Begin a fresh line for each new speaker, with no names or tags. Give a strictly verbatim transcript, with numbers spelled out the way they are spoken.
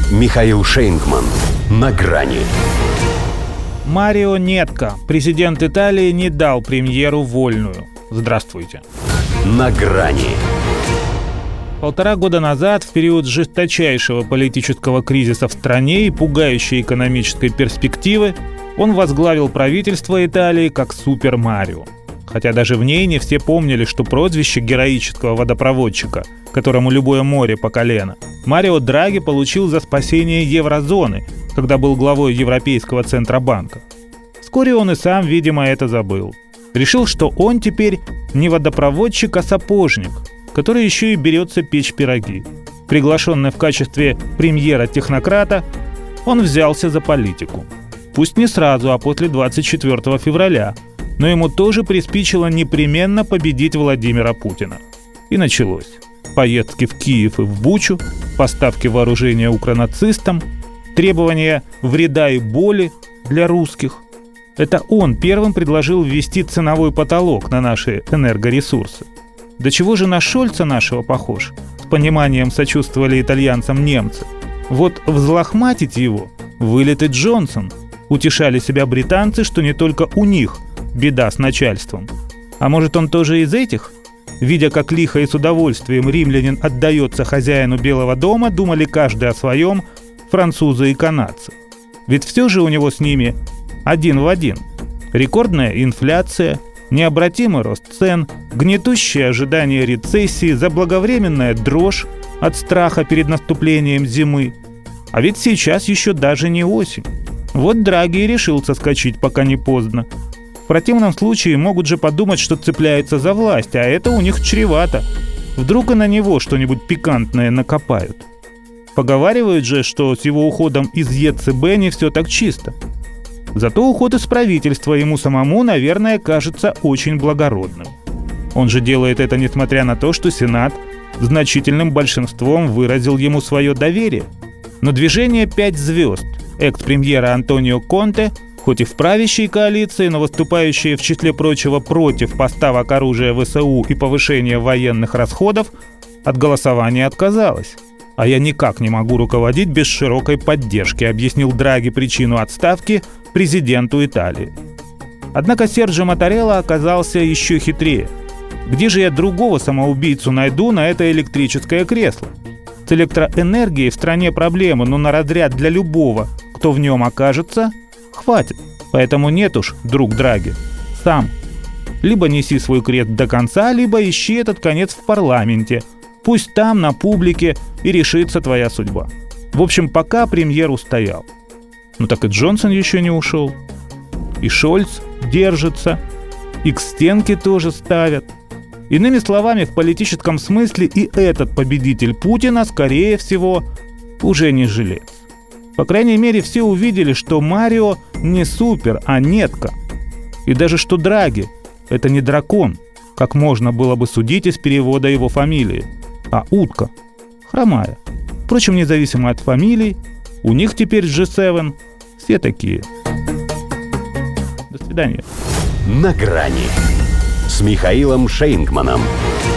Михаил Шейнгман. На грани.
Марио Нетка, президент Италии, не дал премьеру вольную. Здравствуйте.
На грани.
Полтора года назад, в период жесточайшего политического кризиса в стране и пугающей экономической перспективы, он возглавил правительство Италии как Супер Марио. Хотя даже в ней не все помнили, что прозвище героического водопроводчика, которому любое море по колено, Марио Драги получил за спасение еврозоны, когда был главой Европейского Центробанка. Вскоре он и сам, видимо, это забыл. Решил, что он теперь не водопроводчик, а сапожник, который еще и берется печь пироги. Приглашенный в качестве премьера-технократа, он взялся за политику. Пусть не сразу, а после двадцать четвёртого февраля, но ему тоже приспичило непременно победить Владимира Путина. И началось. Поездки в Киев и в Бучу, поставки вооружения укронацистам, требования вреда и боли для русских. Это он первым предложил ввести ценовой потолок на наши энергоресурсы. До чего же на Шольца нашего похож? С пониманием сочувствовали итальянцам немцы. Вот взлохматить его вылет и Джонсон. Утешали себя британцы, что не только у них беда с начальством. А может, он тоже из этих? Видя, как лихо и с удовольствием римлянин отдается хозяину Белого дома, думали каждый о своем, французы и канадцы. Ведь все же у него с ними один в один. Рекордная инфляция, необратимый рост цен, гнетущее ожидание рецессии, заблаговременная дрожь от страха перед наступлением зимы. А ведь сейчас еще даже не осень. Вот Драги и решил соскочить, пока не поздно. В противном случае могут же подумать, что цепляется за власть, а это у них чревато. Вдруг и на него что-нибудь пикантное накопают. Поговаривают же, что с его уходом из ЕЦБ не все так чисто. Зато уход из правительства ему самому, наверное, кажется очень благородным. Он же делает это несмотря на то, что Сенат значительным большинством выразил ему свое доверие. Но движение «Пять звезд» экс-премьера Антонио Конте, хоть и в правящей коалиции, но выступающие в числе прочего против поставок оружия ВСУ и повышения военных расходов, от голосования отказалось. «А я никак не могу руководить без широкой поддержки», объяснил Драги причину отставки президенту Италии. Однако Серджо Маттарелла оказался еще хитрее. Где же я другого самоубийцу найду на это электрическое кресло? С электроэнергией в стране проблемы, но на разряд для любого, кто в нем окажется, хватит. Поэтому нет уж, друг Драги, сам. Либо неси свой крест до конца, либо ищи этот конец в парламенте. Пусть там, на публике, и решится твоя судьба. В общем, пока премьер устоял. Ну так и Джонсон еще не ушел. И Шольц держится. И к стенке тоже ставят. Иными словами, в политическом смысле и этот победитель Путина, скорее всего, уже не жилец. По крайней мере, все увидели, что Марио не супер, а нетка. И даже что Драги – это не дракон, как можно было бы судить из перевода его фамилии, а утка, хромая. Впрочем, независимо от фамилий, у них теперь джи семь все такие. До свидания.
На грани с Михаилом Шейнгманом.